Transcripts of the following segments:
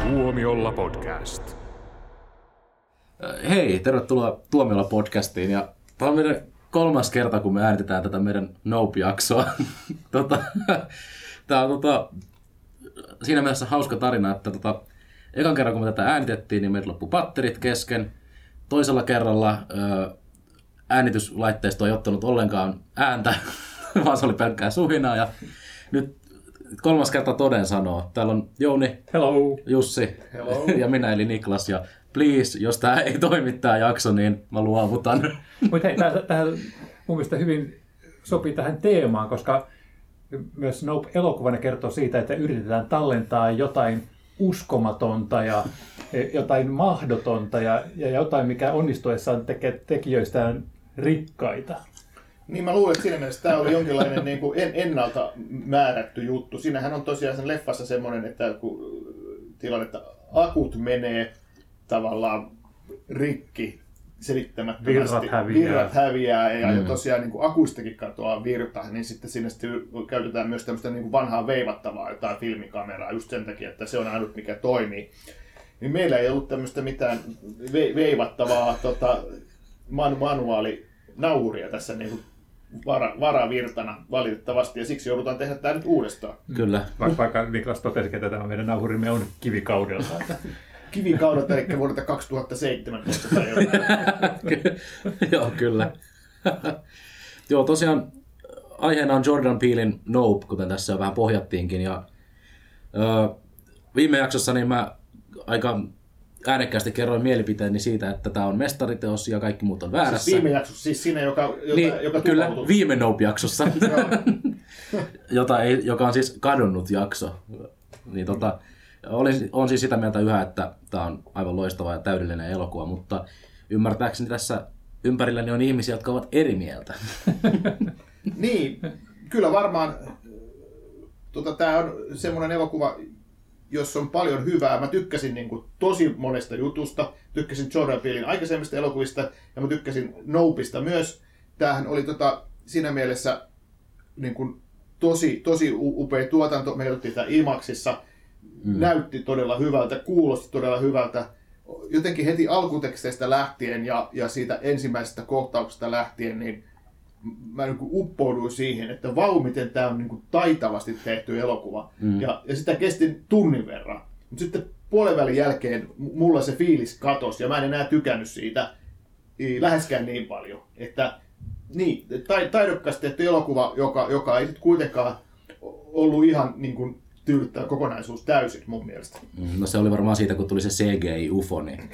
Tuomiolla podcast. Hei, tervetuloa Tuomiolla podcastiin. Ja tämä on meidän 3. kerta, kun me äänitetään tätä meidän Nope-jaksoa. Tämä on siinä mielessä hauska tarina, että ekan kerran kun me tätä äänitettiin, niin meiltä loppui patterit kesken. Toisella kerralla äänityslaitteisto ei ottanut ollenkaan ääntä, vaan se oli pelkkää suhinaa. Ja nyt 3. kerta toden sanoo. Täällä on Jouni, hello. Jussi Hello. Ja minä eli Niklas. Ja please, jos tämä ei toimi tämä jakso, niin mä luovutan. Mutta hei, tähän mun mielestä hyvin sopii tähän teemaan, koska myös Nope-elokuvana kertoo siitä, että yritetään tallentaa jotain uskomatonta ja jotain mahdotonta ja jotain, mikä onnistuessaan tekee tekijöistään rikkaita. Niin mä luulen, että siinä mielessä tämä oli jonkinlainen niin kuin ennalta määrätty juttu. Siinähän on tosiaan sen leffassa semmoinen, että kun tilanne, että akut menee tavallaan rikki selittämättömästi. Virrat häviää ja tosiaan niin kuin akuistakin katoaa virta, niin sitten siinä käytetään myös tämmöistä niin kuin vanhaa veivattavaa jotain filmikameraa just sen takia, että se on ainut mikä toimii. Niin meillä ei ollut tämmöistä mitään veivattavaa manuaalinauhuria tässä niin kuin varavirtana valitettavasti, ja siksi joudutaan tehdä tämä nyt uudestaan. Kyllä. Vaikka Niklas totesi, että tämä meidän nauhurimme on kivikaudelta. Kivikaudelta, eli vuodelta 2017 tai jotain. Joo, kyllä. Joo, tosiaan aiheena on Jordan Peelen Nope, kuten tässä jo vähän pohjattiinkin. Ja, viime jaksossa niin mä aika äänekkäästi kerroin mielipiteeni siitä, että tämä on mestariteos ja kaikki muut on väärässä. Siis viime jaksossa, siis siinä, joka kyllä, viime Nope-jaksossa, joka on siis kadonnut jakso. Niin on siis sitä mieltä yhä, että tämä on aivan loistava ja täydellinen elokuva, mutta ymmärtääkseni tässä ympärilläni on ihmisiä, jotka ovat eri mieltä. Niin, kyllä varmaan tämä on semmoinen elokuva, jossa on paljon hyvää. Mä tykkäsin niin kuin tosi monesta jutusta. Tykkäsin Jordan Peelen aikaisemmista elokuvista ja mä tykkäsin Nopeista myös. Tämähän oli siinä mielessä niin kuin tosi upea tuotanto. Me katsottiin tämä IMAXissa. Näytti todella hyvältä, kuulosti todella hyvältä. Jotenkin heti alkuteksteistä lähtien ja siitä ensimmäisestä kohtauksesta lähtien, niin mä niin kuin uppouduin siihen, että vau, miten tämä on niin kuin taitavasti tehty elokuva. Ja sitä kesti tunnin verran. Mutta sitten puolenvälin jälkeen mulla se fiilis katosi ja mä en enää tykännyt siitä läheskään niin paljon. Että niin, taidokkaasti tehty elokuva, joka ei sitten kuitenkaan ollut ihan niin kuin tyydyttää kokonaisuus täysin mun mielestä. No se oli varmaan siitä, kun tuli se CGI-UFO. Niin.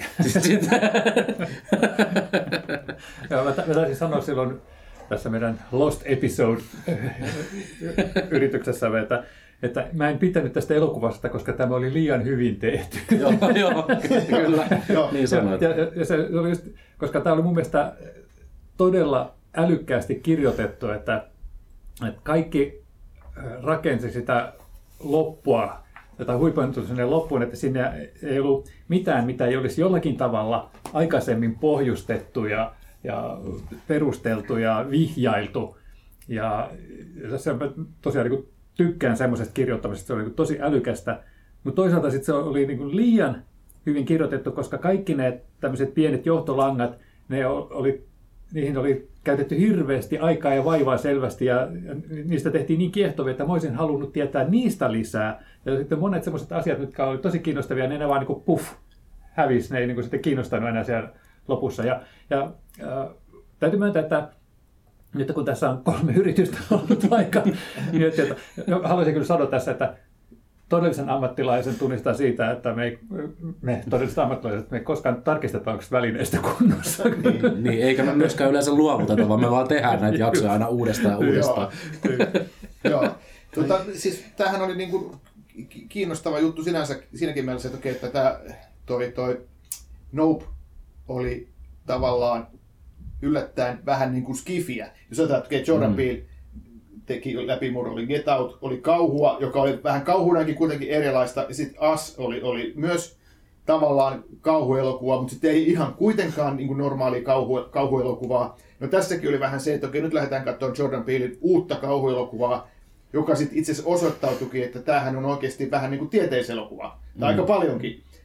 Mä taisin sanoa silloin tässä meidän Lost Episode-yrityksessä, että mä en pitänyt tästä elokuvasta, koska tämä oli liian hyvin tehty. Joo, kyllä. Niin sanoit. Ja se oli just, koska tämä oli mun mielestä todella älykkäästi kirjoitettu, että kaikki rakensi sitä loppua, jota huipentunut sinne loppuun, että sinne ei ollut mitään, mitä ei olisi jollakin tavalla aikaisemmin pohjustettu ja perusteltu ja vihjailtu. Ja tosiaan niin tykkään semmoisesta kirjoittamisesta, se oli tosi älykästä, mutta toisaalta sitten se oli niin liian hyvin kirjoitettu, koska kaikki ne tämmöiset pienet johtolangat, niihin oli käytetty hirveästi aikaa ja vaivaa selvästi ja niistä tehtiin niin kiehtovia, että mä olisin halunnut tietää niistä lisää. Ja sitten monet sellaiset asiat, jotka oli tosi kiinnostavia, ne vaan niin kuin hävisi, ne ei niin kuin sitten kiinnostanut enää siellä lopussa. Ja täytyy myöntää, että nyt kun tässä on 3 yritystä ollut aika, niin haluaisin kyllä sanoa tässä, että todellisen ammattilaisen tunnistaa siitä, että me todelliset ammattilaiset me ei koskaan tarkisteta, onko välineistä kunnossa. Niin, eikä me myöskään yleensä luovuteta, vaan me vaan tehdään näitä jaksoja aina uudestaan. Joo. Siis tämähän oli niin kuin kiinnostava juttu sinänsä siinäkin mielessä, että toi Nope oli tavallaan yllättäen vähän niin kuin skifiä. Jos ajatellaan, että Jordan Peele teki läpimurro, oli Get Out, oli kauhua, joka oli vähän kauhunakin kuitenkin erilaista, ja sitten Us oli myös tavallaan kauhuelokuva, mutta sitten ei ihan kuitenkaan niin kuin normaalia kauhuelokuvaa. No tässäkin oli vähän se, että okei, nyt lähdetään katsomaan Jordan Peelen uutta kauhuelokuvaa, joka sitten itse asiassa osoittautuikin, että tämähän on oikeasti vähän niin kuin tieteiselokuva, tai aika paljonkin.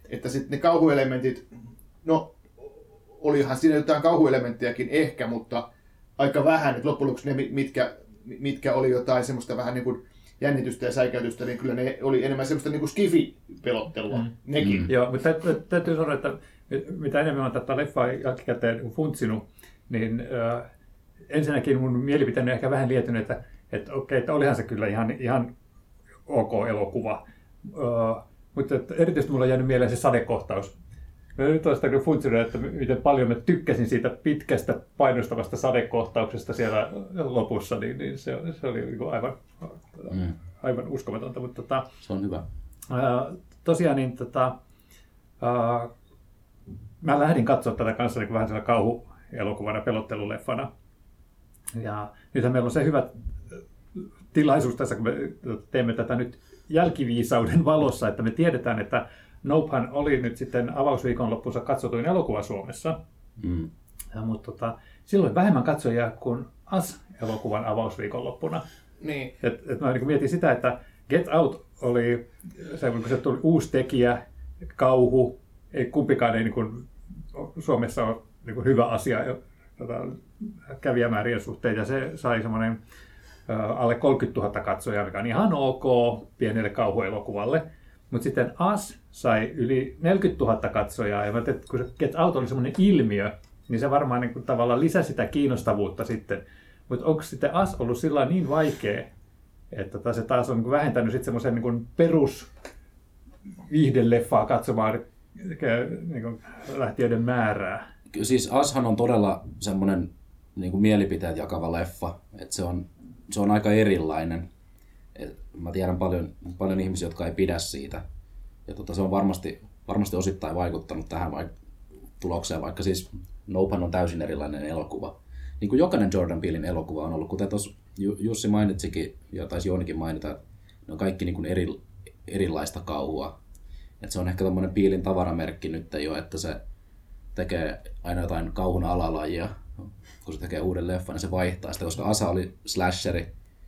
että sitten ne kauhuelementit, no olihan siinä jotain kauhuelementtiäkin ehkä, mutta aika vähän, että loppujen lopuksi ne, mitkä oli jotain semmoista vähän niin kuin jännitystä ja säikäytystä, niin kyllä ne oli enemmän semmoista niin kuin skifi-pelottelua, nekin. Joo, mutta täytyy sanoa, että mitä enemmän olen tätä leffaa jälkikäteen funtsinut, niin ensinnäkin mun mielipiteeni on ehkä vähän lietynyt, että okei, että olihan se kyllä ihan ok elokuva. Mutta erityisesti mulla on jäänyt mieleen se sadekohtaus. Mä nyt olen sitä kyllä funtsinut, että miten paljon mä tykkäsin siitä pitkästä painostavasta sadekohtauksesta siellä lopussa, niin se oli niin kuin aivan uskomatonta. Mutta se on hyvä. Tosiaan niin mä lähdin katsoa tätä kanssa niin vähän sellainen kauhuelokuvana, pelotteluleffana. Ja nythän meillä on se hyvä tilaisuus tässä, kun me teemme tätä nyt jälkiviisauden valossa, että me tiedetään, että Nopehan oli nyt sitten avausviikonloppuunsa katsotuin elokuva Suomessa. Mutta silloin vähemmän katsojia kuin Us-elokuvan avausviikonloppuna. Niin. Mä niin mietin sitä, että Get Out oli se, kun se tuli uusi tekijä, kauhu, kumpikaan ei niin kuin Suomessa ole niin kuin hyvä asia kävijämäärien suhteen, ja se sai semmoinen alle 30 000 katsojaa, mikä on ihan ok pienelle kauhuelokuvalle. Mutta sitten Us sai yli 40 000 katsojaa, ja että kun se Get Out oli semmoinen ilmiö, niin se varmaan niin kuin tavallaan lisäsi sitä kiinnostavuutta sitten. Mutta onko sitten Us ollut sillä niin vaikea, että se taas on niin kuin vähentänyt sitten semmoisen niin kuin perusviihdeleffaa katsomaan niin kuin lähtiöiden määrää? Siis Ushan on todella semmoinen niin kuin mielipiteet jakava leffa, että se on aika erilainen. Mä tiedän paljon ihmisiä, jotka ei pidä siitä. Ja se on varmasti osittain vaikuttanut tähän tulokseen, vaikka siis Nopehan on täysin erilainen elokuva. Niin kuin jokainen Jordan Peelen elokuva on ollut, kuten tuossa Jussi mainitsikin, ja taisi Joonikin mainita, että ne on kaikki niin kuin erilaista kauhua. Et se on ehkä tommoinen Peelen tavaramerkki nyt jo, että se tekee aina jotain kauhun alalajia. Kun se tekee uuden leffan, niin se vaihtaa sitä, koska Asa oli slasheri,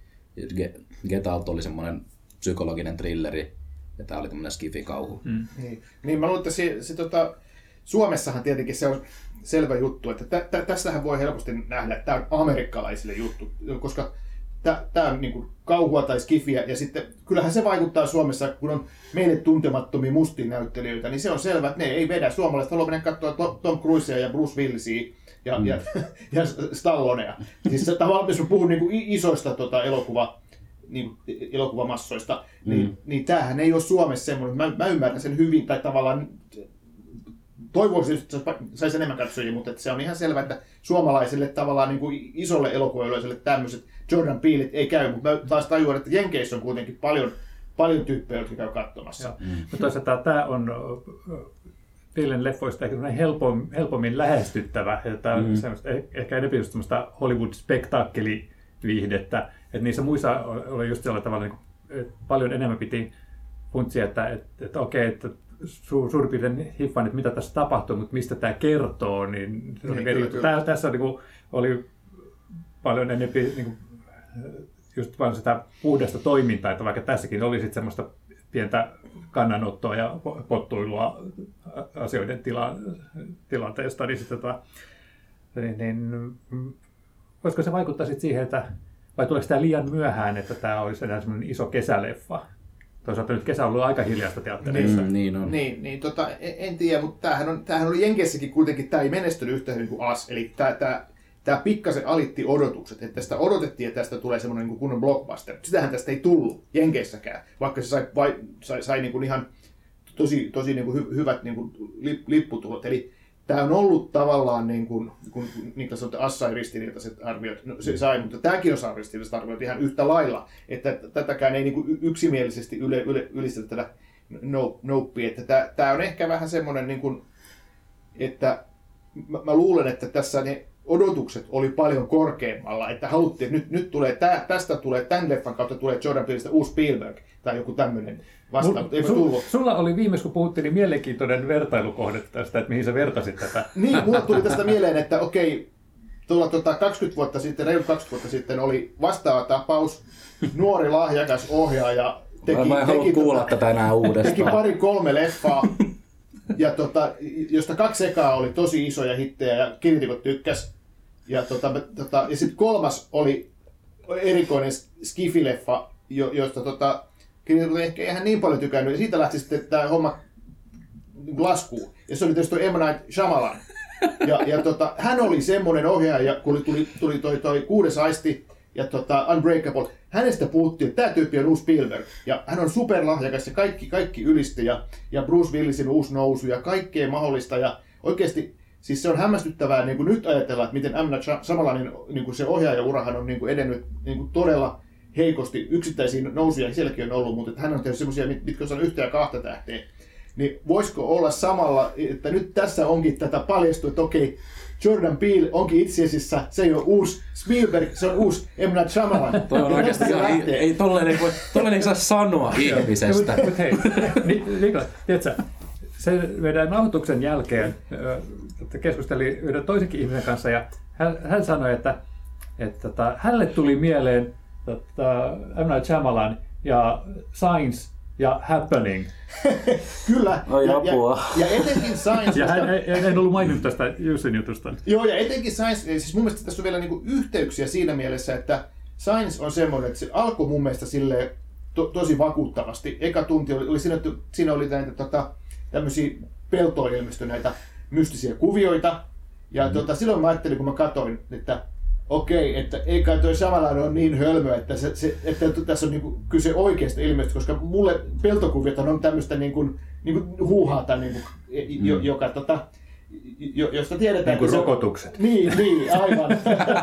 Get Out oli semmoinen psykologinen thrilleri, ja tää oli tämmöinen skifi-kauhu. Niin mä luulen, että Suomessahan tietenkin se on selvä juttu, että tässähän voi helposti nähdä, että tämä on amerikkalaisille juttu, koska tämä on niin kuin kauhua tai skifiä, ja sitten kyllähän se vaikuttaa Suomessa, kun on meille tuntemattomia mustia näyttelijöitä, niin se on selvä, että ne ei vedä. Suomalaiset haluaa mennä katsoa Tom Cruisea ja Bruce Willisia ja Stallonea. Siis tavallaan, jos puhun niin kuin isoista elokuvamassoista, niin tämähän ei ole Suomessa semmoinen. Mä ymmärrän sen hyvin, tai tavallaan toivoisin, että se saisi enemmän katsojia, mutta se on ihan selvä, että suomalaisille tavallaan niin kuin isolle elokuvayleisölle tämmöiset Jordan Peelet ei käy, mutta mä taas tajuan, että Jenkeissä on kuitenkin paljon tyyppejä, jotka käy katsomassa. Mutta toisaalta tämä on Peelen leffoista ehkä helpommin lähestyttävä, ja tämä on ehkä enemmän just semmoista Hollywood-spektaakkeliviihdettä, että niissä muissa oli just sellainen tavalla, niin paljon enemmän piti funtsia, että okei, että suurin piirtein hiffaan, että mitä tässä tapahtuu, mutta mistä tämä kertoo, niin se oli tässä oli paljon enemmän niin just vain sitä puhdasta toimintaa, että vaikka tässäkin oli sitten semmoista pientä kannanottoa ja pottuilua asioiden tilanteesta, niin voisiko se vaikuttaa sitten siihen, että vai tuleeko tämä liian myöhään, että tämä olisi enää semmoinen iso kesäleffa? Toisaalta nyt kesä on ollut aika hiljaista teatterissa. Niin on. En tiedä, mutta tämähän oli Jenkeissäkin kuitenkin, tämä ei menestynyt yhtä hyvin kuin Us, eli tämä pikkasen alitti odotukset, että tästä odotettiin, että tästä tulee semmoinen niin kunnon blockbuster. Sitähän tästä ei tullut Jenkeissäkään, vaikka se sai niin kuin ihan tosi niin kuin hyvät niin kuin lipputulot. Eli tämä on ollut tavallaan, niin kuin Niklas sanoi, että Us sai ristiriitaiset arviot, no, se sai, mutta tämäkin on saanut ristiriitaiset arviot ihan yhtä lailla, että tätäkään ei niin kuin yksimielisesti ylistetä tätä Nopea, että tämä on ehkä vähän semmoinen, niin kuin, että mä luulen, että tässä ne odotukset oli paljon korkeammalla, että haluttiin, että nyt tulee, tämän leffan kautta tulee Jordan Peelestä uusi Spielberg tai joku tämmöinen vastaava. Sulla oli viimeis, kun puhuttiin, niin mielenkiintoinen vertailukohde tästä, että mihin sä vertasit tätä. Niin, mulla tuli tästä mieleen, että okei, tuolla 20 vuotta sitten, reilu 20 vuotta sitten oli vastaava tapaus, nuori lahjakas ohjaaja mä en halua kuulla tätä enää uudestaan. Teki 2-3 leffaa, ja josta 2 ekaa oli tosi isoja hittejä ja kriitikot tykkäs. Ja sitten 3 oli erikoinen skifileffa, josta kriitikot ei ehkä ihan niin paljon tykännyt. Ja siitä lähti sitten tämä homma laskuun. Ja se oli tietysti M. Night Shyamalan. Hän oli semmoinen ohjaaja, kun tuli toi 6. aisti ja Unbreakable. Hänestä puhuttiin, että tämä tyyppi on uusi Spielberg. Ja hän on superlahjakas ja kaikki ylisti. Ja Bruce Willisin uusi nousu ja kaikkea mahdollista. Ja oikeasti siis se on hämmästyttävää niin kuin nyt ajatella, että miten M. Night Shyamalan niin se ohjaajaurahan on niin kuin edennyt niin kuin todella heikosti. Yksittäisiä nousuja sielläkin on ollut, mutta hän on tehnyt semmoisia, mitkä on 1 ja 2 tähteä. Niin voisiko olla samalla, että nyt tässä onkin tätä paljastu, että okei, Jordan Peele onkin itse asiassa, se ei ole uusi Spielberg, se on uusi M. Night Shyamalan. Toi on oikeasti, ei tolleen saa sanoa ihmisestä. Mutta hei, Niklas, tiedätkö, se meidän nauhoituksen jälkeen keskustelin yhden toisenkin ihmisen kanssa ja hän sanoi, että hänelle tuli mieleen M. Night Shyamalan ja Science ja Happening. Kyllä. Ja etenkin Science. Ja hän ei ollut maininnut tästä Jussin jutusta. Joo, ja etenkin Science, siis mun mielestä tässä on vielä niinku yhteyksiä siinä mielessä, että Science on semmoinen, että se alkoi mun mielestä silleen tosi vakuuttavasti. Eka tunti oli siinä oli näitä tämmöisiä peltoon ilmestyi näitä mystisiä kuvioita. Ja silloin mä ajattelin, kun mä katsoin, että okei, että ei kai toi Shyamalan ole niin hölmö, että tässä on niinku kyse oikeasta ilmiöstä, koska mulle peltokuviot on tämmöistä niinku huuhaata, joka josta tiedetään, niin kuin rokotukset. Niin, aivan.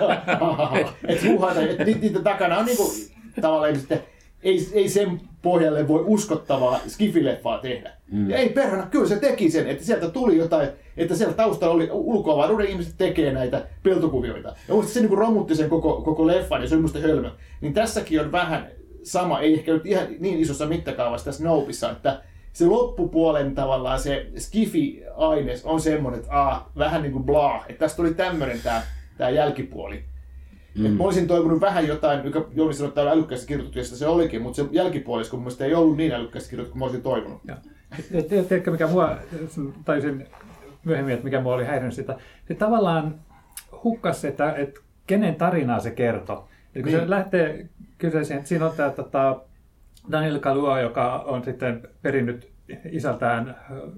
Että huuhaata, että niiden takana on niinku tavallaan ei sen pohjalle voi uskottavaa skifileffaa tehdä. Ja ei perhana, kyllä se teki sen, että sieltä tuli jotain, että siellä taustalla oli ulkoavaruuden ihmiset tekee näitä peltokuvioita. Ja musta se niinku romutti sen koko leffan ja se oli musta hölmö. Niin tässäkin on vähän sama, ei ehkä nyt ihan niin isossa mittakaavassa tässä Snopessa, että se loppupuolen tavallaan se skifi-aines on semmoinen, että vähän niin kuin blah, että tästä tuli tämmöinen tää jälkipuoli. Mä olisin toivonut vähän jotain, joka Jouni sanoi, että täällä älykkäästi kirjoitettu, ja se olikin, mutta se jälkipuolisko mun mielestä ei ollut niin älykkäästi kirjoitettu kuin mä olisin toivonut. Tiedätkö, mikä mua, taisin myöhemmin, että mikä mua oli häirinyt sitä, se tavallaan hukkasi, että kenen tarinaa se kertoo. Eli kun se lähtee kyseeseen, että siinä on tämä Daniel Kaluuya, joka on sitten perinnyt isältään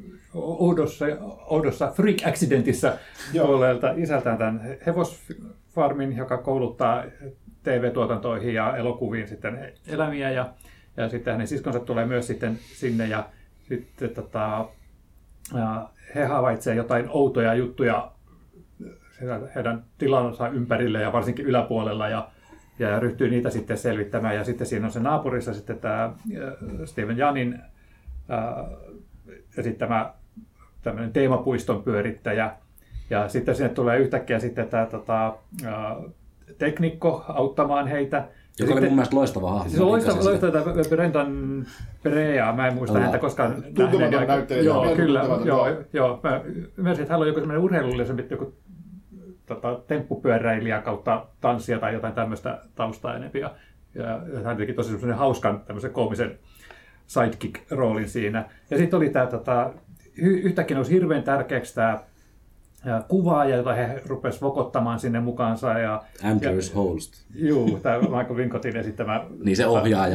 oudossa freak accidentissa olleelta isältään tämän hevosfarmin, joka kouluttaa TV-tuotantoihin ja elokuviin sitten eläimiä ja sitten hänen siskonsa tulee myös sitten sinne ja sitten he havaitsevat jotain outoja juttuja heidän tilansa ympärille ja varsinkin yläpuolella ja ryhtyy niitä sitten selvittämään. Ja sitten siinä on se naapurissa sitten tämä Steven Yeanin esittämä tämmöinen teemapuiston pyörittäjä. Ja sitten sinne tulee yhtäkkiä sitten tämä teknikko auttamaan heitä. Joka oli mun mielestä loistava hahmo. Se on loistava Brendan Perea, mä en muista häntä koskaan nähneeni. Näyttelijä. Joo, kyllä. Joo. Mä ymmärsin, että hän on joku semmoinen urheilullisempi, joku temppupyöräilijä kautta tanssia tai jotain tämmöistä taustaa enemmän. Ja hän teki tosi semmoisen hauskan tämmöisen koomisen sidekick-roolin siinä. Ja sitten oli tämä yhtäkkiä nousi hirveän tärkeäksi tämä kuvaaja, jota he rupesivat vokottamaan sinne mukaansa. Andrews Holst. Juu, tämä Michael Wincotin esittämä. Niin se ohjaaja.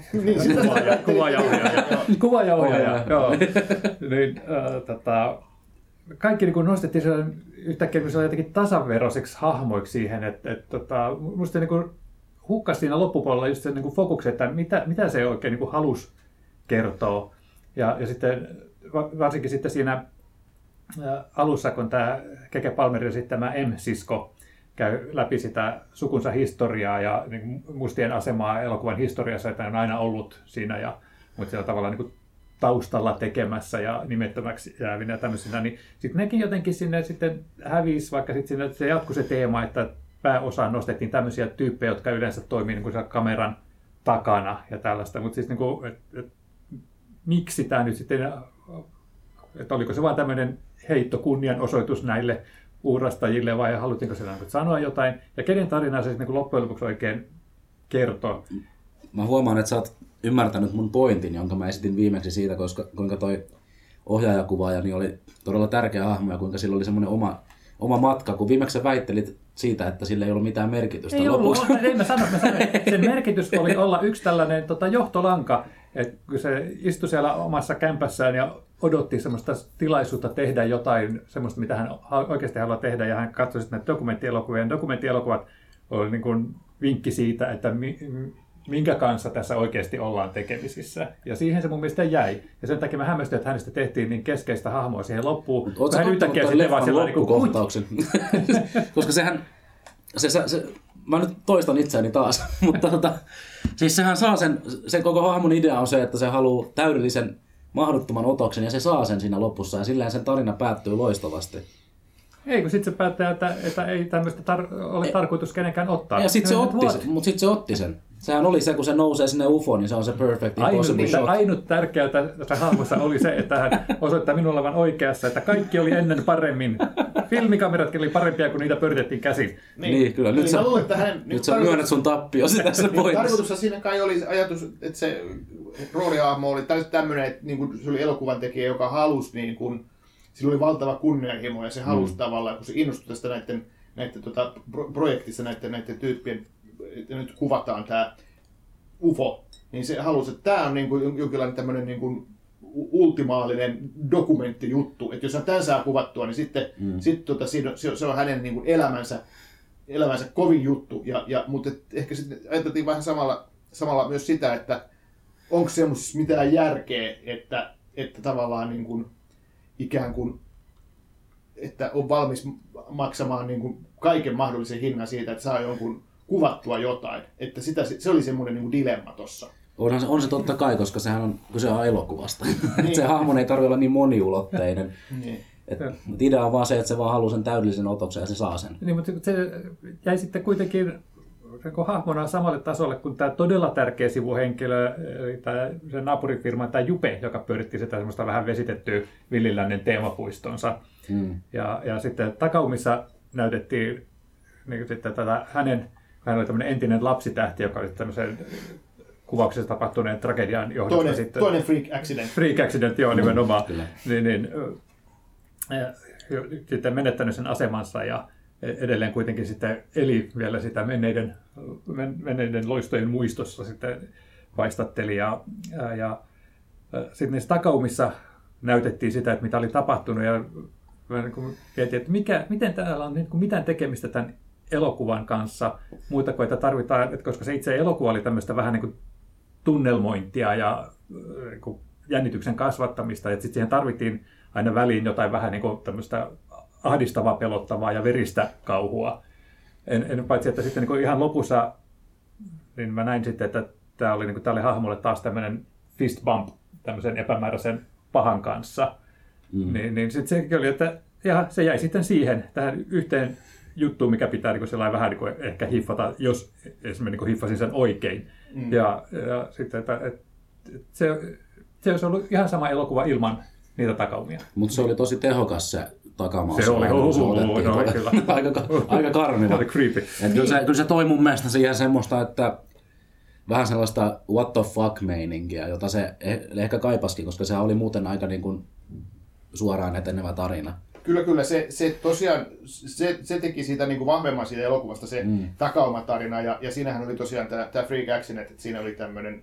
Kuvaaja-ohjaaja, joo. Niin, kaikki niin nostettiin yhtäkkiä jotenkin tasaveroiseksi hahmoiksi siihen, että musta niin hukkasi siinä loppupuolella just se niin fokuksen, että mitä se oikein niin halusi kertoa. Ja sitten varsinkin sitten siinä alussa, kun tämä Keke Palmerin esittämä M-sisko käy läpi sitä sukunsa historiaa ja niin mustien asemaa elokuvan historiassa, että on aina ollut siinä, mutta siellä tavallaan niin taustalla tekemässä ja nimettömäksi jäävinä ja tämmöisenä, niin sitten nekin jotenkin sinne sitten hävisi, vaikka sitten sinne se jatkui se teema, että pääosaan nostettiin tämmöisiä tyyppejä, jotka yleensä toimii niin kuin kameran takana ja tällaista, mutta siis niin kuin, miksi tämä nyt sitten, että oliko se vaan tämmöinen heitto kunnianosoitus näille uurastajille vai haluttiinko se sanoa jotain ja kenen tarinaa se sitten niin loppujen lopuksi oikein kertoo? Mä huomaan, että sä oot ymmärtänyt mun pointin, jonka mä esitin viimeksi siitä, koska kuinka toi ohjaajakuvaaja, niin oli todella tärkeä hahmo ja kuinka sillä oli semmoinen oma matka, kun viimeksi väittelit siitä, että sillä ei ollut mitään merkitystä lopuksi. Ei mä sanoin. Sen merkitys oli olla yksi tällainen johtolanka, että kun se istui siellä omassa kämpässään ja odotti semmoista tilaisuutta tehdä jotain semmoista, mitä hän oikeasti haluaa tehdä, ja hän katsoi sitten näitä dokumenttielokuvia. Ja dokumenttielokuvat oli niin kuin vinkki siitä, että minkä kanssa tässä oikeasti ollaan tekemisissä. Ja siihen se mun mielestä jäi. Ja sen takia mä hämmästyin, että hänestä tehtiin niin keskeistä hahmoa siihen loppuun. Oletko sä kattonut leffan loppukohtauksen? Koska sehän... mä nyt toistan itseäni taas, mutta siis sehän saa sen koko hahmon idea on se, että se haluaa täydellisen mahdottoman otoksen ja se saa sen siinä lopussa ja silleen sen tarina päättyy loistavasti. Ei, kun sitten se päättää, että ei tämmöistä ole tarkoitus kenenkään ottaa. Ja sitten se otti sen, mutta sitten se otti sen. Sehän oli se, kun se nousee sinne UFOon, niin se on se perfect impossible shot. Ainut tärkeää tässä hahmossa oli se, että hän osoittaa minulle olevan oikeassa, että kaikki oli ennen paremmin. Filmikameratkin oli parempia, kun niitä pyöritettiin käsin. Niin kyllä. Nyt sä myönnät sun tappiosi tässä pointissa. Tarkoitushan siinä kai oli ajatus, että se roolihahmo oli tämmöinen, että niin kuin se oli elokuvan tekijä, joka halusi, niin kuin, sillä oli valtava kunnianhimo ja se halusi tavallaan, kun se innostui tästä näiden projektissa näiden tyyppien, että nyt kuvataan tämä UFO, niin se halusi, että tämä on niin kuin jonkinlainen tämmöinen niin kuin ultimaalinen dokumenttijuttu, että jos hän tämän saa kuvattua, niin sitten se on hänen niin kuin elämänsä kovin juttu, mutta ehkä sitten ajateltiin vähän samalla myös sitä, että onko semmoisessa mitään järkeä, että tavallaan niin kuin, ikään kuin, että on valmis maksamaan niin kuin kaiken mahdollisen hinnan siitä, että saa jonkun kuvattua jotain. Että se oli semmoinen niin kuin dilemma tuossa. On se totta kai, koska sehän on kyse elokuvasta. Niin. Se hahmon ei tarvitse olla niin moniulotteinen. Niin. Idea on vaan se, että se vaan haluaa sen täydellisen otoksen ja se saa sen. Niin, mutta se jäi sitten kuitenkin hahmona samalle tasolle kuin tämä todella tärkeä sivuhenkilö, se naapurifirma, tämä Jupe, joka pyöritti sitä semmoista vähän vesitettyä Villilännen teemapuistonsa. Ja sitten takaumissa näytettiin niin sitten hän oli tämmöinen entinen lapsitähti, joka oli tämmöisen kuvauksessa tapahtuneen tragedian johdosta. Toinen freak accident. Freak accident, joo, nimenomaan. Sitten menettänyt sen asemansa ja edelleen kuitenkin sitten eli vielä sitä menneiden loistojen muistossa sitten vaistatteli. Ja sitten niissä takaumissa näytettiin sitä, että mitä oli tapahtunut ja mietin, että miten täällä on niin kuin mitään tekemistä tämän elokuvan kanssa muuta kuin, että tarvitaan, että koska se itse elokuva oli tämmöistä vähän niin kuin tunnelmointia ja niin kuin jännityksen kasvattamista, että sitten siihen tarvittiin aina väliin jotain vähän niin kuin tämmöistä ahdistavaa, pelottavaa ja veristä kauhua. Paitsi, että sitten niin kuin ihan lopussa niin mä näin sitten, että tämä oli tälle hahmolle taas tämmöinen fist bump tämmöisen epämääräisen pahan kanssa. Niin sitten sekin oli, että se jäi sitten siihen, tähän yhteen juttuun, mikä pitää niin kuin vähän niin kuin ehkä hiffata, jos esimerkiksi niin hiffasin sen oikein. Ja sitten, että se olisi ollut ihan sama elokuva ilman niitä takaumia. Mutta se oli tosi tehokas se takamaus. Se oli kyllä. Aika karmiva. Oli creepy. Kyllä se toi mun mielestä siihen semmoista, että vähän sellaista what the fuck meininkiä, jota se ehkä kaipasikin, koska se oli muuten aika niin kuin suoraan etenevä tarina. Kyllä, se tosiaan, se teki siitä niin kuin vahvemman siitä elokuvasta se takaumatarina, ja siinähän oli tosiaan tämä Freak Accident, että siinä oli tämmöinen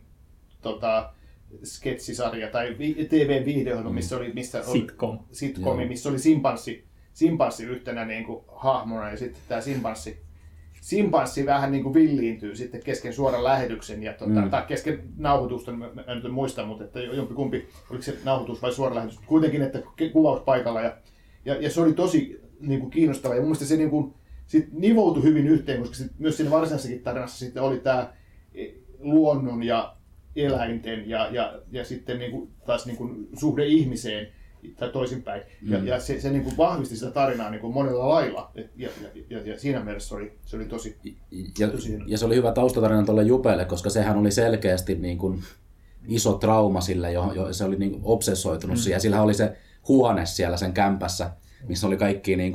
sketsisarja tai TV-video, missä oli sitcomi, missä oli simpanssi yhtenä niin kuin hahmona, ja sitten tämä simpanssi vähän niin kuin villiintyy sitten kesken suoran lähetyksen, tai kesken nauhoitusta, mä en nyt muista, mutta että jompikumpi, oliko se nauhoitus vai suora lähetys, kuitenkin, että kuvauspaikalla, ja se oli tosi niin kuin kiinnostava, ja mun mielestä se niin kuin, sit nivoutui hyvin yhteen, koska myös siinä varsinaisessakin tarinassa sitten oli tämä luonnon ja eläinten ja sitten niin kuin, taas niin kuin suhde ihmiseen tai toisinpäin. Ja se niin kuin vahvisti sitä tarinaa niin kuin monella lailla. Ja siinä mielessä se oli tosi ja se oli hyvä taustatarina tuolle Jupelle, koska sehän oli selkeästi niin kuin iso trauma sille, se oli niin kuin obsessoitunut siihen. Sillä oli se huone siellä sen kämpässä, missä oli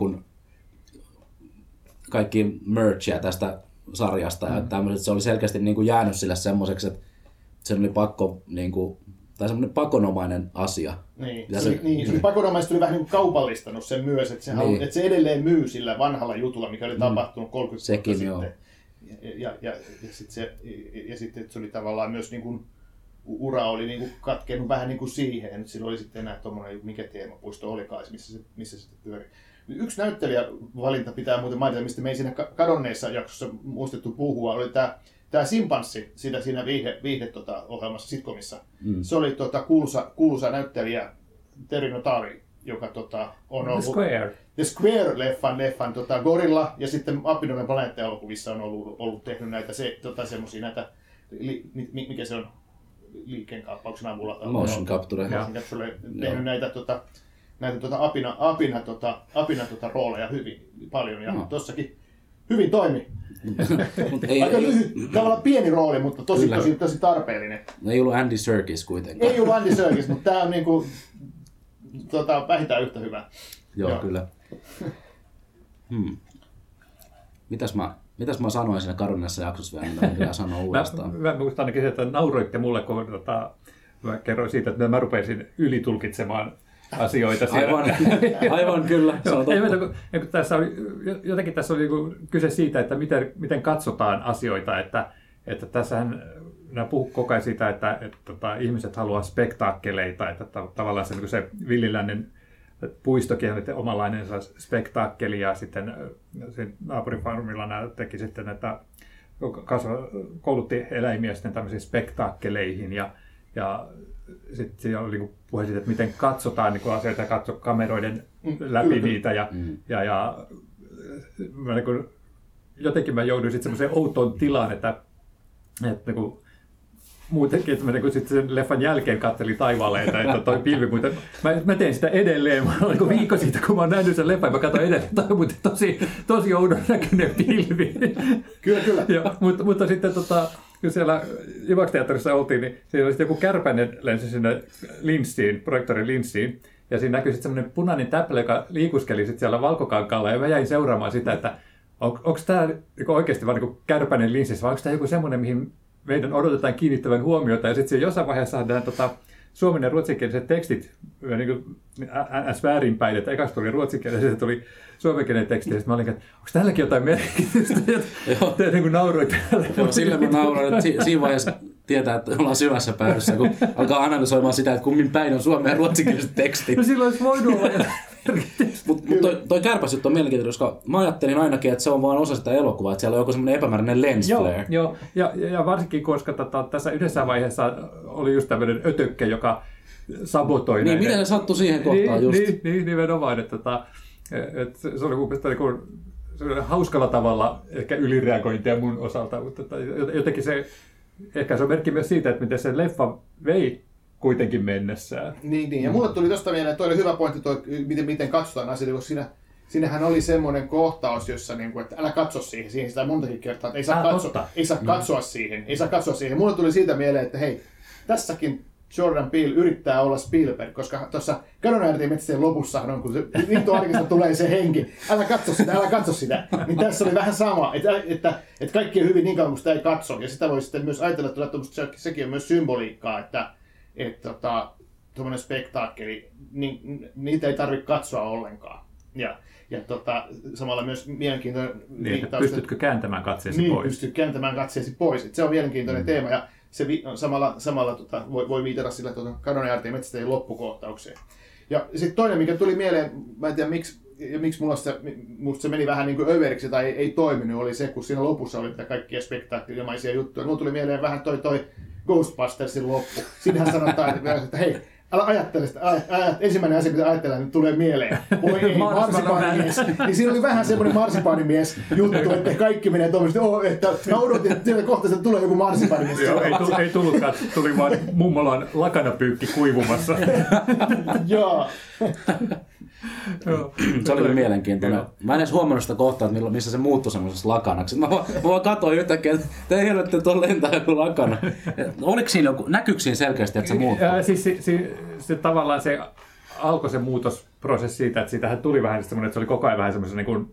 kaikki merchia tästä sarjasta ja tämmöiset. Se oli selkeästi niin kuin jäänyt sille semmoiseksi, että sen oli pakko niin kuin semmoinen pakonomainen asia. Niin, Ja se oli pakonomaisesti tuli vähän niin kuin kaupallistanut sen myös, että että se edelleen myy sillä vanhalla jutulla, mikä oli tapahtunut 30 vuotta sitten. Joo. Ja sitten se oli tavallaan myös niin kuin, ura oli niin kuin katkennut vähän niin kuin siihen. Sillä oli sitten enää tuommoinen, mikä teemapuisto olikaan, missä se pyöri. Yksi näyttelijävalinta pitää muuten mainita, mistä me ei siinä kadonneessa jaksossa muistettu puhua, oli tämä Simpanssi siinä ohjelmassa, sitcomissa. Se oli kuuluisa näyttelijä Terry Notary, joka on ollut The Square-leffan Gorilla, ja sitten Apinomen planeetta-elokuvissa on ollut tehnyt näitä semmosia näitä, mikä se on liikkeen kaappauksen avulla. Motion capture. Tehnyt näitä apina rooleja hyvin paljon, ja tossakin hyvin toimi. Aika lyhyt, tavallaan pieni rooli, mutta tosi tarpeellinen. Ei ollut Andy Serkis kuitenkaan. Ei ollut Andy Serkis, mutta tämä on niinku, vähintään yhtä hyvä. Joo. Kyllä. Mitäs mä sanoin siinä kadonneessa jaksossa vielä, mitä pitää sanoa uudestaan? Mä muistan ainakin, että nauroitte mulle, kun mä kerroin siitä, että mä rupesin ylitulkitsemaan asioita siellä. Aivan kyllä. Jotenkin tässä oli kyse siitä, että miten katsotaan asioita, että tässähän nämä puhuu koko ajan siitä, että ihmiset haluaa spektaakkeleita, että tavallaan se villilännen puistokin on omanlainen spektaakkeli, ja sitten naapurifarmilla nämä teki sitten, että koulutti eläimiä sitten tämmöisiin spektaakkeleihin, ja sitten siinä oli puhe siitä, että miten katsotaan niin asioita ja katso kameroiden läpi niitä, ja mä jotenkin mä jouduin sitten semmoiseen outoon tilaan, että muutenkin, että mä sitten sen leffan jälkeen katselin taivaalle, että toi pilvi, mutta mä teen sitä edelleen. Mä olen viikko siitä, kun mä oon nähnyt sen leffan, mä katson edelleen, toi on tosi oudon näköinen pilvi. Kyllä. Ja, mutta sitten kun siellä Ivax-teatterissa oltiin, niin siinä oli sitten joku kärpäinen lensi sinne linssiin, projektorin linssiin, ja siinä näkyi sitten semmoinen punainen täppälä, joka liikuskeli sitten siellä valkokankaalla, ja mä jäin seuraamaan sitä, että onko tämä oikeasti vaan niin kärpäinen linssi, vai onko tämä joku semmoinen, mihin meidän odotetaan kiinnittävän huomiota, ja sitten siinä jossain vaiheessa saadaan suomen ja ruotsinkieliset tekstit niin väärinpäin, että ekasta tuli ruotsinkielinen, sitten tuli suomenkielinen teksti, ja sitten mä olin, että onko tälläkin jotain merkitystä, te niin kuin nauroitte. Sillä mä nauroin, että siinä vaiheessa tietää, että ollaan syvässä päädyssä, kun alkaa analysoimaan sitä, että kummin päin on suomen ja ruotsinkieliset tekstit. No silloin olisi voinut olla jotain merkitystä. Mutta toi kärpäsjuttu on mielenkiintoinen, koska mä ajattelin ainakin, että se on vaan osa sitä elokuvaa, että siellä on joku semmoinen epämääräinen lens flare. Joo, ja varsinkin, koska tässä yhdessä vaiheessa oli just tämmöinen ötökkä, joka sabotoi niin, miten se sattui siihen kohtaan just? Niin, nimenomaan, että se oli mun mielestä hauskalla tavalla ehkä ylireagointia mun osalta, mutta jotenkin ehkä se on merkki myös siitä, että miten se leffa vei kuitenkin mennessään. Niin. Ja mulle tuli tuosta mieleen, että toi oli hyvä pointti, miten katsotaan asioita, koska siinähän oli semmoinen kohtaus, jossa että älä katso siihen sitä montakin kertaa, että ei saa katsoa siihen. Mulle tuli siitä mieleen, että hei, tässäkin Jordan Peele yrittää olla Spielberg, koska tuossa Kadonneiden metsien lopussa on, kun se vittu arkista tulee se henki, älä katso sitä. Niin tässä oli vähän sama, että kaikki on hyvin niin kauan, kun sitä ei katso. Ja sitä voi sitten myös ajatella, että sekin on myös symboliikkaa, että tuommoinen spektaakkeli, niitä ei tarvitse katsoa ollenkaan. Ja samalla myös mielenkiintoinen viittaus. Pystytkö kääntämään katseesi pois? Niin, pystyt kääntämään katseesi pois. Et se on mielenkiintoinen teema, ja se samalla voi viitata sillä Kadonneiden metsästäjien loppukohtaukseen. Ja sitten toinen, mikä tuli mieleen, mä en tiedä miksi musta se meni vähän niin kuin överiksi tai ei toiminut, oli se, kun siinä lopussa oli kaikkia spektaakkelimaisia juttuja. Mulla tuli mieleen vähän toi Ghostbustersin loppu. Siinähän sanotaan, että hei, älä ajattele sitä. Ensimmäinen asia, mitä ajatellaan, niin tulee mieleen. Voi ei, marsipaanimies. Niin siinä oli vähän semmoinen marsipaanimies juttu, että kaikki menee tuollaisesti, että mä odotin, että siellä kohta tulee joku marsipaanimies. Joo, ei tullutkaan. Tuli vaan mummolan lakanapyykki kuivumassa. Joo. Se oli mielenkiintoinen. Mä en edes huomannut sitä kohtaa, missä se muuttui semmoisessa lakanaksi. Mä vaan katsoin yhtäkkiä, että te helvette tuolla lentää joku lakana. Oliko siinä näkyykö siinä selkeästi, että se muuttui? Se tavallaan se alkoi se muutosprosessi siitä, että siitähän tuli vähän semmoinen, että se oli koko ajan vähän semmoisen niin kuin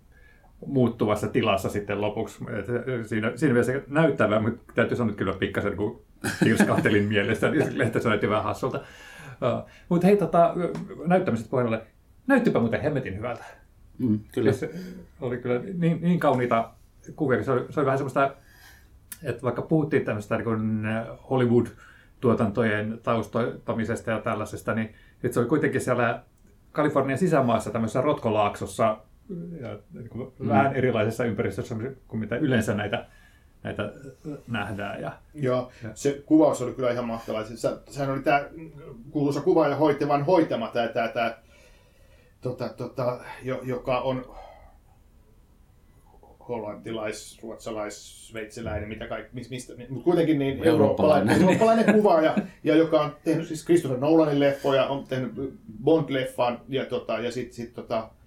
muuttuvassa tilassa sitten lopuksi. Siinä mielessä näyttävää, mutta täytyy sanoa, että kyllä pikkasen niin pirskahtelin mielessä, niin lehtä se näytti vähän hassulta. Mutta hei, näyttämisestä puheelle, näyttipä muuten hemmetin hyvältä. Kyllä. Se oli kyllä niin kauniita kuvia. Se oli vähän semmoista, että vaikka puhuttiin tämmöistä niin Hollywood-tuotantojen taustoittamisesta ja tällaisesta, niin se oli kuitenkin siellä Kalifornian sisämaassa tämmöisessä rotkolaaksossa ja vähän erilaisessa ympäristössä kuin mitä yleensä näitä nähdään. Joo, se kuvaus oli kyllä ihan mahtava. Sehän oli tämä kuuluisa kuvaaja Hoitevan hoitama, joka on hollantilais, ruotsalais, sveitsiläinen, mitä kaikki, mistä, mutta kuitenkin niin eurooppalainen kuvaaja, ja joka on tehnyt siis Christopher Nolanin leffoja, on tehnyt Bond-leffan, ja sitten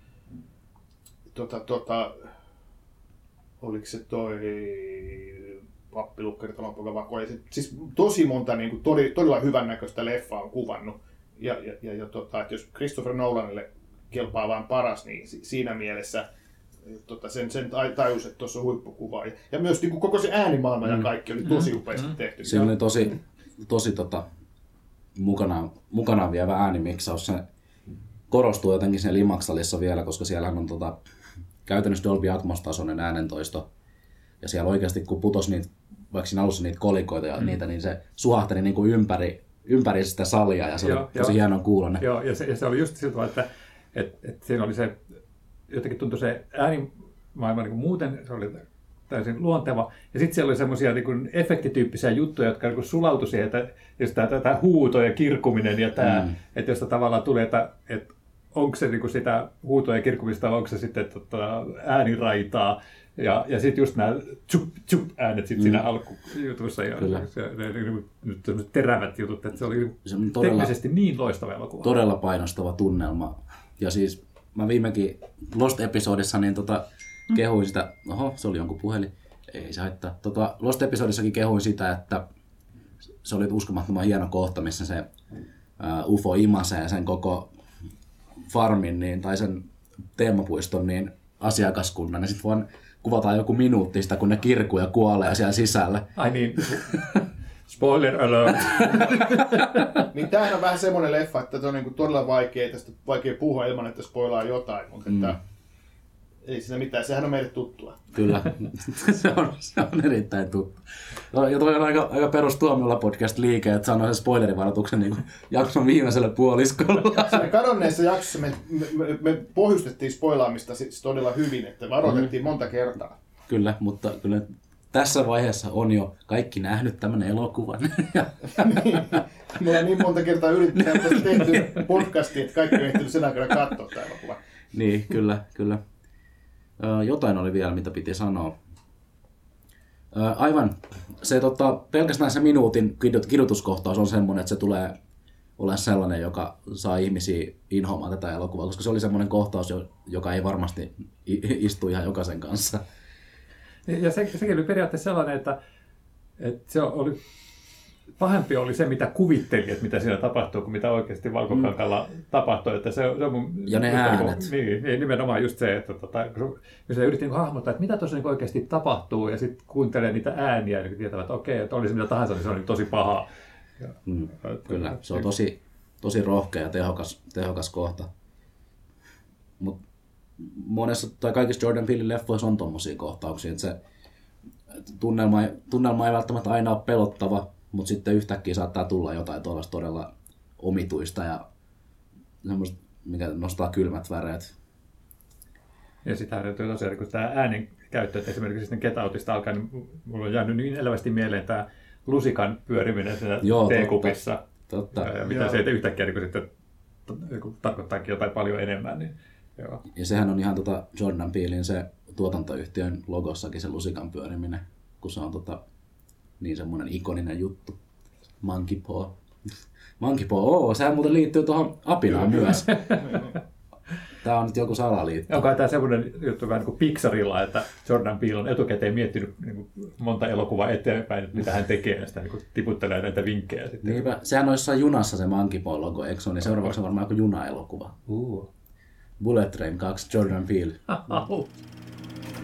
oliko se toi Pappilukkari, Talonpoika Vako, siis tosi monta niin kuin, todella hyvännäköistä leffaa on kuvannut, ja että jos Christopher Nolanille kelpaa vain paras, niin siinä mielessä sen tajus, että tuossa on huippukuva. Ja myös niin kuin koko se äänimaailma ja kaikki oli tosi upeasti tehty. Siinä oli tosi mukanaan vievä äänimiksaus. Se korostuu jotenkin siinä Limax-salissa vielä, koska siellä on käytännössä Dolby Atmos-tasoinen äänentoisto. Ja siellä oikeasti, kun putosi niitä, vaikka siinä alussa niitä kolikoita ja niitä, niin se suhahteli niin kuin ympäri sitä salia ja se oli tosi hienon kuulonen. Joo, ja se oli just siltä, että siinä oli se, jotenkin tuntui se äänimaailma niin kuin muuten, se oli täysin luonteva. Ja sitten siellä oli semmoisia niin efektityyppisiä juttuja, jotka niin sulautui siihen, että tämä huuto ja kirkuminen ja tämä, että josta tavallaan tulee, että onko se niin kuin sitä huutoa ja kirkumista, onko se sitten ääniraitaa. Ja sitten just nämä tsup äänet sit siinä alkujutuissa ja nyt terävät jutut, että se oli teknisesti niin loistava elokuva. Todella painostava tunnelma. Ja siis mä viimekin Lost-episodissa niin kehuin sitä, se oli jonkun puhelin, ei se haittaa. Lost-episodissakin kehuin sitä, että se oli uskomattoman hieno kohta, missä se UFO imasee sen koko farmin niin, tai sen teemapuiston niin asiakaskunnan. Ja sitten vaan kuvataan joku minuutti sitä, kun ne kirkuu ja kuolee siellä sisällä. Ai niin, spoiler alert. Niin tämähän on vähän semmoinen leffa, että on niinku todella vaikea puhua ilman, että spoilaa jotain, mutta että ei siinä mitään, sehän on meille tuttua. Kyllä, se on erittäin tuttu. Ja toi on aika perus Tuomiolla podcast liike, että sanoo sen spoilerivaroituksen niin jakson viimeisellä puoliskolla. Siinä kadonneessa jaksossa me pohjustettiin spoilaamista siis todella hyvin, että varoitettiin monta kertaa. Kyllä, mutta kyllä tässä vaiheessa on jo kaikki nähnyt tämän elokuvan. Niin, me ollaan niin monta kertaa yritetty tehty podcastia, että kaikki on ehtinyt sen aikana katsoa tämä elokuva. Niin, kyllä. Jotain oli vielä, mitä piti sanoa. Aivan. Se, pelkästään se minuutin kidutuskohtaus on semmoinen, että se tulee olemaan sellainen, joka saa ihmisiä inhoamaan tätä elokuvaa, koska se oli semmoinen kohtaus, joka ei varmasti istu ihan jokaisen kanssa. Ja sekin oli periaatteessa sellainen, että se oli pahempi oli se, mitä kuvitteli, että mitä siinä tapahtuu, kuin mitä oikeasti Valkokankalla tapahtui. Että se on mun, ja ne äänet. Niin, nimenomaan just se, että kun se yritin hahmottaa, että mitä tuossa niin oikeasti tapahtuu, ja sitten kuuntelee niitä ääniä, ja tietävät, että okei, että oli se mitä tahansa, niin se on tosi pahaa. Kyllä, se on tosi rohkea ja tehokas kohta. Mut monessa tai kaikissa Jordan Peelin leffoissa on tommosia kohtauksia, että se tunnelma ei välttämättä aina ole pelottava, mutta sitten yhtäkkiä saattaa tulla jotain tuollaista todella omituista ja semmoista, mikä nostaa kylmät väreet. Ja sitähän on tosiaan, kun tämä äänen käyttö, että esimerkiksi sitten Get Outista alkaa, niin mulla on jäänyt niin elävästi mieleen tämä lusikan pyöriminen siinä teekupissa. Totta. Ja mitä se yhtäkkiä niin sitten tarkoittaakin jotain paljon enemmän. Niin, joo. Ja sehän on ihan Jordan Peelin se tuotantoyhtiön logossakin se lusikan pyöriminen, kun se on niin semmoinen ikoninen juttu. Monkey Paw. Monkey Paw, sehän muuten liittyy tuohon apinaan myös. Tämä on nyt joku salaliitto. Onko tämä semmoinen juttu vähän niin kuin Pixarilla, että Jordan Peele on etukäteen miettinyt niin kuin monta elokuvaa eteenpäin, että mitä hän tekee, ja sitä niin kuin tiputtelee näitä vinkkejä. Sitten. Niinpä, sehän on jossain junassa se Monkey Paw logo, eikö se ole? Niin seuraavaksi on varmaan joku juna-elokuva. Bullet Train 2, Jordan Peele.